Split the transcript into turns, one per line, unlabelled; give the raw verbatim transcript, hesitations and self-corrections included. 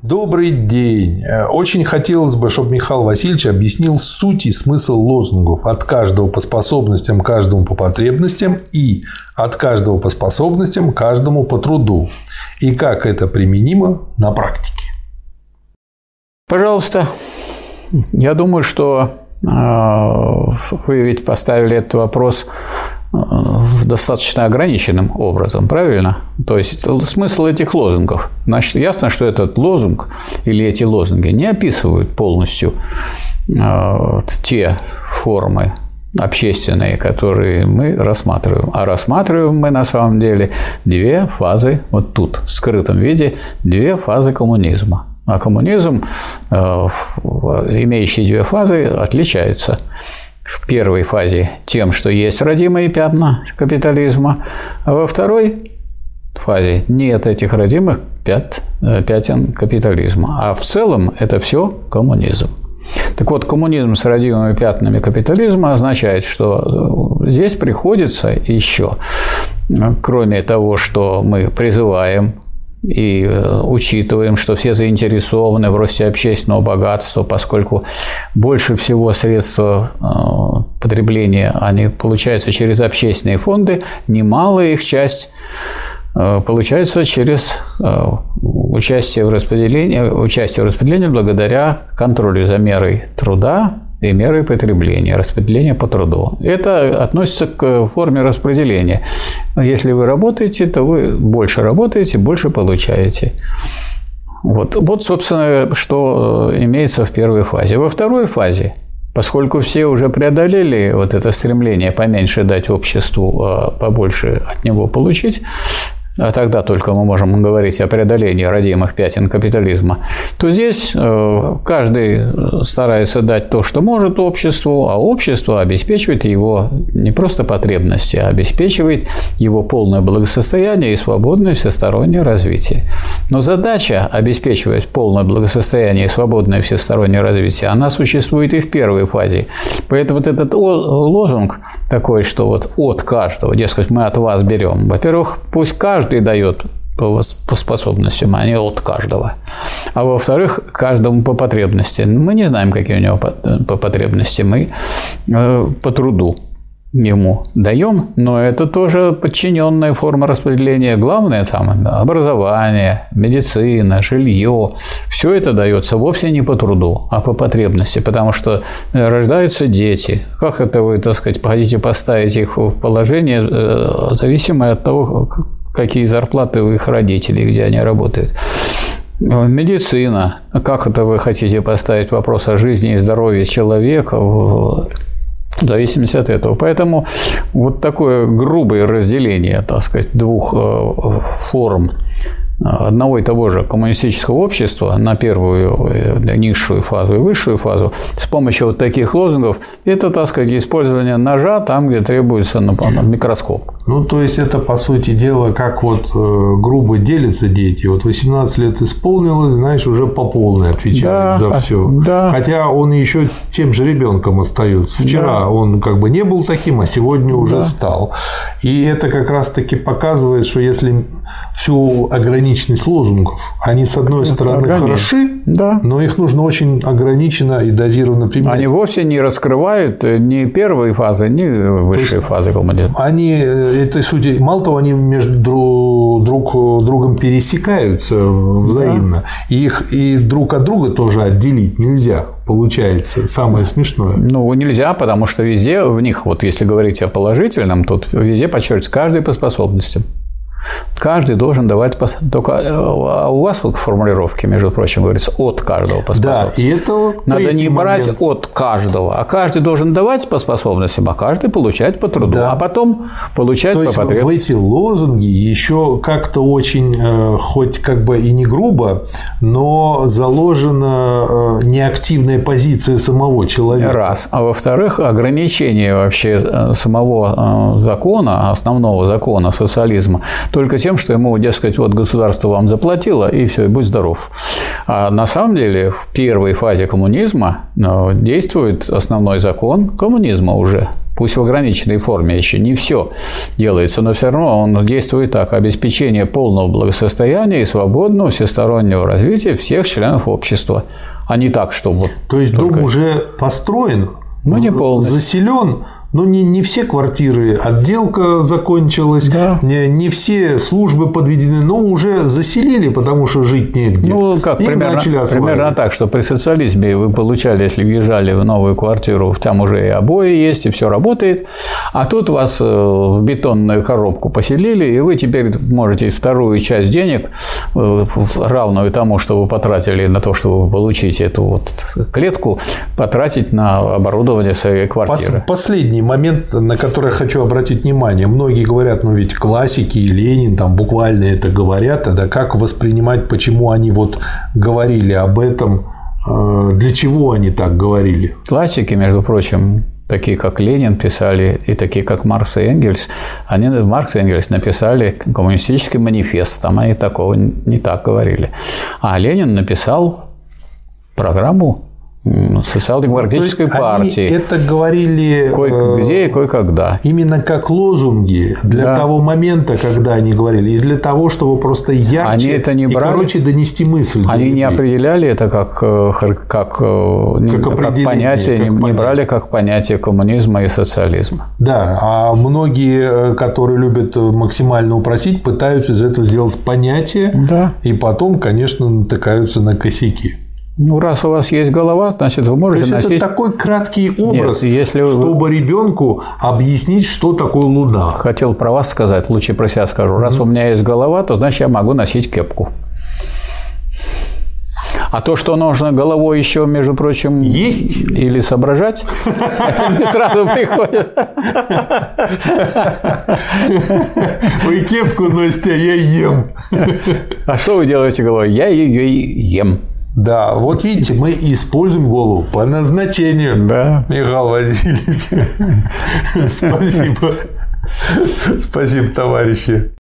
Добрый день. Очень хотелось бы, чтобы Михаил Васильевич объяснил суть и смысл лозунгов «от каждого по способностям, каждому по потребностям» и «от каждого по способностям, каждому по труду». И как это применимо на практике.
Пожалуйста. Я думаю, что вы ведь поставили этот вопрос достаточно ограниченным образом, правильно? То есть смысл этих лозунгов. Значит, ясно, что этот лозунг или эти лозунги не описывают полностью э, те формы общественные, которые мы рассматриваем. А рассматриваем мы на самом деле две фазы, вот тут, в скрытом виде, две фазы коммунизма. А коммунизм, э, имеющий две фазы, отличается. В первой фазе тем, что есть родимые пятна капитализма, а во второй фазе нет этих родимых пят, пятен капитализма. А в целом это все коммунизм. Так вот, коммунизм с родимыми пятнами капитализма означает, что здесь приходится еще, кроме того, что мы призываем и учитываем, что все заинтересованы в росте общественного богатства, поскольку больше всего средства потребления они получаются через общественные фонды, немалая их часть получается через участие в распределении, участие в распределении благодаря контролю за мерой труда и мерой потребления, распределения по труду. Это относится к форме распределения. Если вы работаете, то вы больше работаете, больше получаете. Вот, вот собственно, что имеется в первой фазе. Во второй фазе, поскольку все уже преодолели вот это стремление поменьше дать обществу, а побольше от него получить, а тогда только мы можем говорить о преодолении родимых пятен капитализма, то здесь каждый старается дать то, что может обществу, а общество обеспечивает его не просто потребности, а обеспечивает его полное благосостояние и свободное всестороннее развитие. Но задача обеспечивать полное благосостояние и свободное всестороннее развитие, она существует и в первой фазе. Поэтому вот этот лозунг такой, что вот от каждого, дескать, мы от вас берем. Во-первых, пусть каждый Каждый дает по способностям, а не от каждого. А во-вторых, каждому по потребности. Мы не знаем, какие у него по потребности. Мы по труду ему даем, но это тоже подчиненная форма распределения. Главное там образование, медицина, жилье. Все это дается вовсе не по труду, а по потребности, потому что рождаются дети. Как это вы, так сказать, хотите поставить их в положение, зависимое от того, какие зарплаты у их родителей, где они работают. Медицина. Как это вы хотите поставить вопрос о жизни и здоровье человека в зависимости от этого. Поэтому вот такое грубое разделение, так сказать, двух форм одного и того же коммунистического общества на первую, низшую фазу и высшую фазу с помощью вот таких лозунгов, это, так сказать, использование ножа там, где требуется микроскоп.
Ну, то есть, это, по сути дела, как вот э, грубо делятся дети. Вот восемнадцать лет исполнилось, знаешь, уже по полной отвечает, да, за все. Да. Хотя он еще тем же ребенком остается. Вчера да. он как бы не был таким, а сегодня уже да. стал. И это как раз-таки показывает, что если всю ограниченность лозунгов, они, с одной стороны, Организм. хороши, да. но их нужно очень ограниченно и дозированно применять.
Они вовсе не раскрывают ни первой фазы, ни высшей фазы коммунизма.
Они, этой сути, мало того, они между друг другом пересекаются взаимно, да. и их и друг от друга тоже отделить нельзя. Получается, самое смешное.
Ну, нельзя, потому что везде в них, вот если говорить о положительном, тут везде подчеркивается каждый по способностям. Каждый должен давать... Только у вас в формулировке, между прочим, говорится «от каждого по способностям».
Да, и это
надо не брать момент. От каждого, а каждый должен давать по способностям, а каждый получать по труду, да. а потом получать
То
по
есть
потребностям.
В эти лозунги еще как-то очень, хоть как бы и не грубо, но заложена неактивная позиция самого человека.
Раз. А во-вторых, ограничение вообще самого закона, основного закона социализма, только тем, что ему, дескать, вот государство вам заплатило, и все, и будь здоров. А на самом деле в первой фазе коммунизма действует основной закон коммунизма уже. пусть в ограниченной форме еще не все делается, но все равно он действует так: обеспечение полного благосостояния и свободного всестороннего развития всех членов общества, а не так, что вот.
То есть только... дом уже построен,
ну, не полностью.
Заселен. Но не, не все квартиры, отделка закончилась, да. не, не все службы подведены, но уже заселили, потому что жить негде.
Ну, как, и примерно, примерно так, что при социализме вы получали, если въезжали в новую квартиру, там уже и обои есть, и все работает, а тут вас в бетонную коробку поселили, и вы теперь можете вторую часть денег, равную тому, что вы потратили на то, чтобы получить эту вот клетку, потратить на оборудование своей квартиры.
Последний момент, на который я хочу обратить внимание. Многие говорят, ну ведь классики и Ленин там буквально это говорят, тогда как воспринимать, почему они вот говорили об этом, для чего они так говорили?
Классики, между прочим, такие как Ленин писали, и такие как Маркс и Энгельс, они, Маркс и Энгельс написали коммунистический манифест, там они такого не так говорили. А Ленин написал программу социал-демократической партии.
Они это говорили
кое-где и кое-когда.
Именно как лозунги для да. того момента, когда они говорили, и для того, чтобы просто ярче
они это не брали,
и короче донести мысль.
Они не определяли это как, как, как, как понятие, как не, не брали как понятие коммунизма и социализма.
Да, а многие, которые любят максимально упростить, пытаются из этого сделать понятие, да. и потом, конечно, натыкаются на косяки.
Ну, раз у вас есть голова, значит, вы можете
То есть
носить...
это такой краткий образ,
Нет, если вы...
чтобы ребенку объяснить, что такое Луна.
Хотел про вас сказать, лучше про себя скажу. Раз mm-hmm. у меня есть голова, то значит я могу носить кепку. А то, что нужно головой еще, между прочим,
есть
или соображать, это не сразу приходит.
Вы кепку носите, а я ем.
А что вы делаете головой? Я ее ем.
Да, вот видите, мы используем голову по назначению,
да.
Михаил Васильевич. Спасибо. Спасибо, товарищи.